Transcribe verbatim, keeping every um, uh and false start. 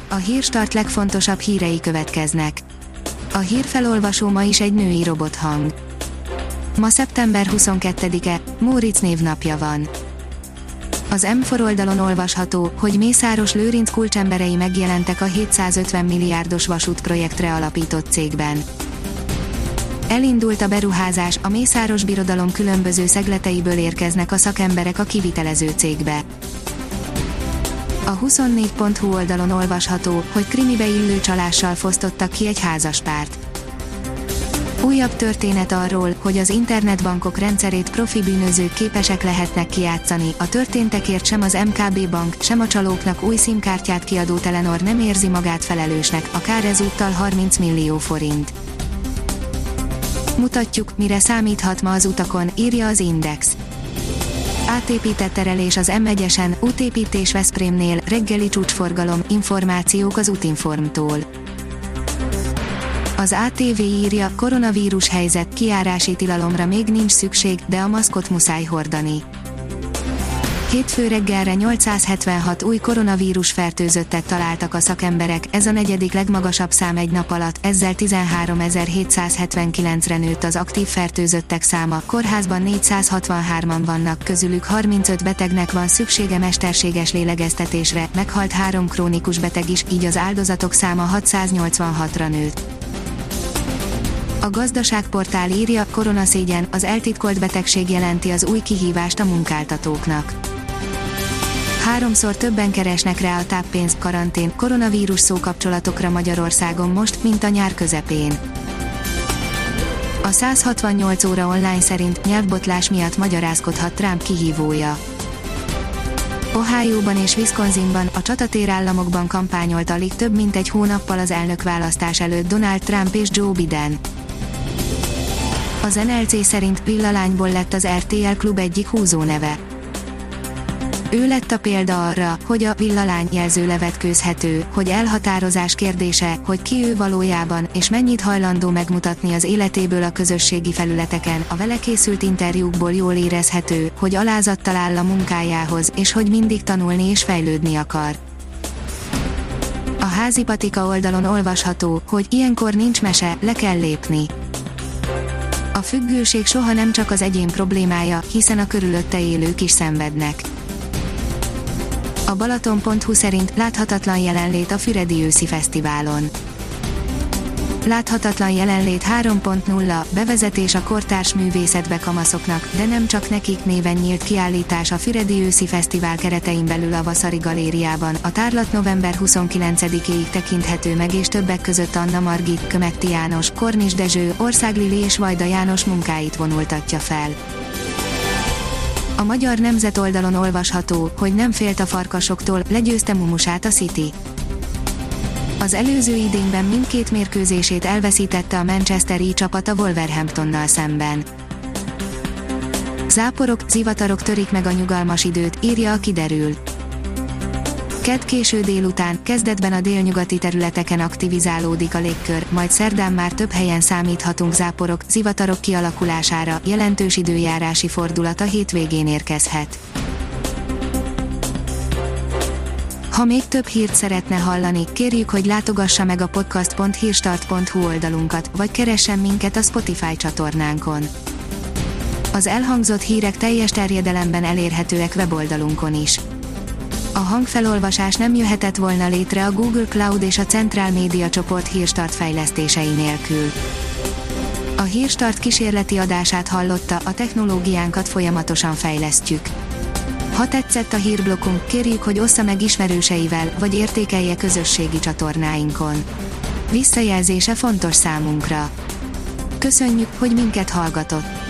A Hírstart legfontosabb hírei következnek. A hírfelolvasó ma is egy női robothang. Ma szeptember huszonkettedike, Móricz névnapja van. Az M négy oldalon olvasható, hogy Mészáros Lőrinc kulcsemberei megjelentek a hétszázötven milliárdos vasútprojektre alapított cégben. Elindult a beruházás, a Mészáros Birodalom különböző szegleteiből érkeznek a szakemberek a kivitelező cégbe. A huszonnégy pont hu oldalon olvasható, hogy krimibe illő csalással fosztottak ki egy házaspárt. Újabb történet arról, hogy az internetbankok rendszerét profi bűnözők képesek lehetnek kijátszani, a történtekért sem az em ká bé Bank, sem a csalóknak új SIM-kártyát kiadó Telenor nem érzi magát felelősnek, a kár ezúttal harminc millió forint. Mutatjuk, mire számíthat ma az utakon, írja az Index. Átépített terelés az M egyesen, útépítés Veszprémnél, reggeli csúcsforgalom, információk az Utinformtól. Az á té vé írja, koronavírus helyzet, kijárási tilalomra még nincs szükség, de a maszkot muszáj hordani. Hétfő reggelre nyolcszázhetvenhat új koronavírus fertőzöttet találtak a szakemberek, ez a negyedik legmagasabb szám egy nap alatt, ezzel tizenháromezer-hétszázhetvenkilencre nőtt az aktív fertőzöttek száma, kórházban négyszázhatvanhárman vannak, közülük harmincöt betegnek van szüksége mesterséges lélegeztetésre, meghalt három krónikus beteg is, így az áldozatok száma hatszáznyolcvanhatra nőtt. A gazdaságportál írja, koronaszégyen, az eltitkolt betegség jelenti az új kihívást a munkáltatóknak. Háromszor többen keresnek rá a táppénzt, karantén, koronavírus szókapcsolatokra Magyarországon most, mint a nyár közepén. A száz hatvannyolc óra online szerint nyelvbotlás miatt magyarázkodhat Trump kihívója. Ohioban és Wisconsinban, a csatatér államokban kampányolt alig több mint egy hónappal az elnökválasztás előtt Donald Trump és Joe Biden. Az en el cé szerint villalányból lett az er té el Klub egyik húzó neve. Ő lett a példa arra, hogy a villalány jelző levetkőzhető, hogy elhatározás kérdése, hogy ki ő valójában, és mennyit hajlandó megmutatni az életéből a közösségi felületeken, a vele készült interjúkból jól érezhető, hogy alázattal áll a munkájához, és hogy mindig tanulni és fejlődni akar. A Házi Patika oldalon olvasható, hogy ilyenkor nincs mese, le kell lépni. A függőség soha nem csak az egyén problémája, hiszen a körülötte élők is szenvednek. A Balaton pont hu szerint láthatatlan jelenlét a Füredi őszi fesztiválon. Láthatatlan jelenlét három pont nulla, bevezetés a kortárs művészetbe kamaszoknak, de nem csak nekik néven nyílt kiállítás a Füredi őszi fesztivál keretein belül a Vasari galériában, a tárlat november huszonkilencedikéig tekinthető meg és többek között Anna Margit, Kömetti János, Kornis Dezső, Ország Lili és Vajda János munkáit vonultatja fel. A Magyar Nemzet oldalon olvasható, hogy nem félt a farkasoktól, legyőzte Mumusát a City. Az előző idényben mindkét mérkőzését elveszítette a Manchesteri csapat a Wolverhamptonnal szemben. Záporok, zivatarok törik meg a nyugalmas időt, írja a Kiderül. Kedd késő délután, kezdetben a délnyugati területeken aktivizálódik a légkör, majd szerdán már több helyen számíthatunk záporok, zivatarok kialakulására, jelentős időjárási fordulat a hétvégén érkezhet. Ha még több hírt szeretne hallani, kérjük, hogy látogassa meg a podcast pont hírstart pont hu oldalunkat, vagy keressen minket a Spotify csatornánkon. Az elhangzott hírek teljes terjedelemben elérhetőek weboldalunkon is. A hangfelolvasás nem jöhetett volna létre a Google Cloud és a Central Media csoport Hírstart fejlesztései nélkül. A Hírstart kísérleti adását hallotta, a technológiánkat folyamatosan fejlesztjük. Ha tetszett a hírblokkunk, kérjük, hogy ossza meg ismerőseivel, vagy értékelje közösségi csatornáinkon. Visszajelzése fontos számunkra. Köszönjük, hogy minket hallgatott!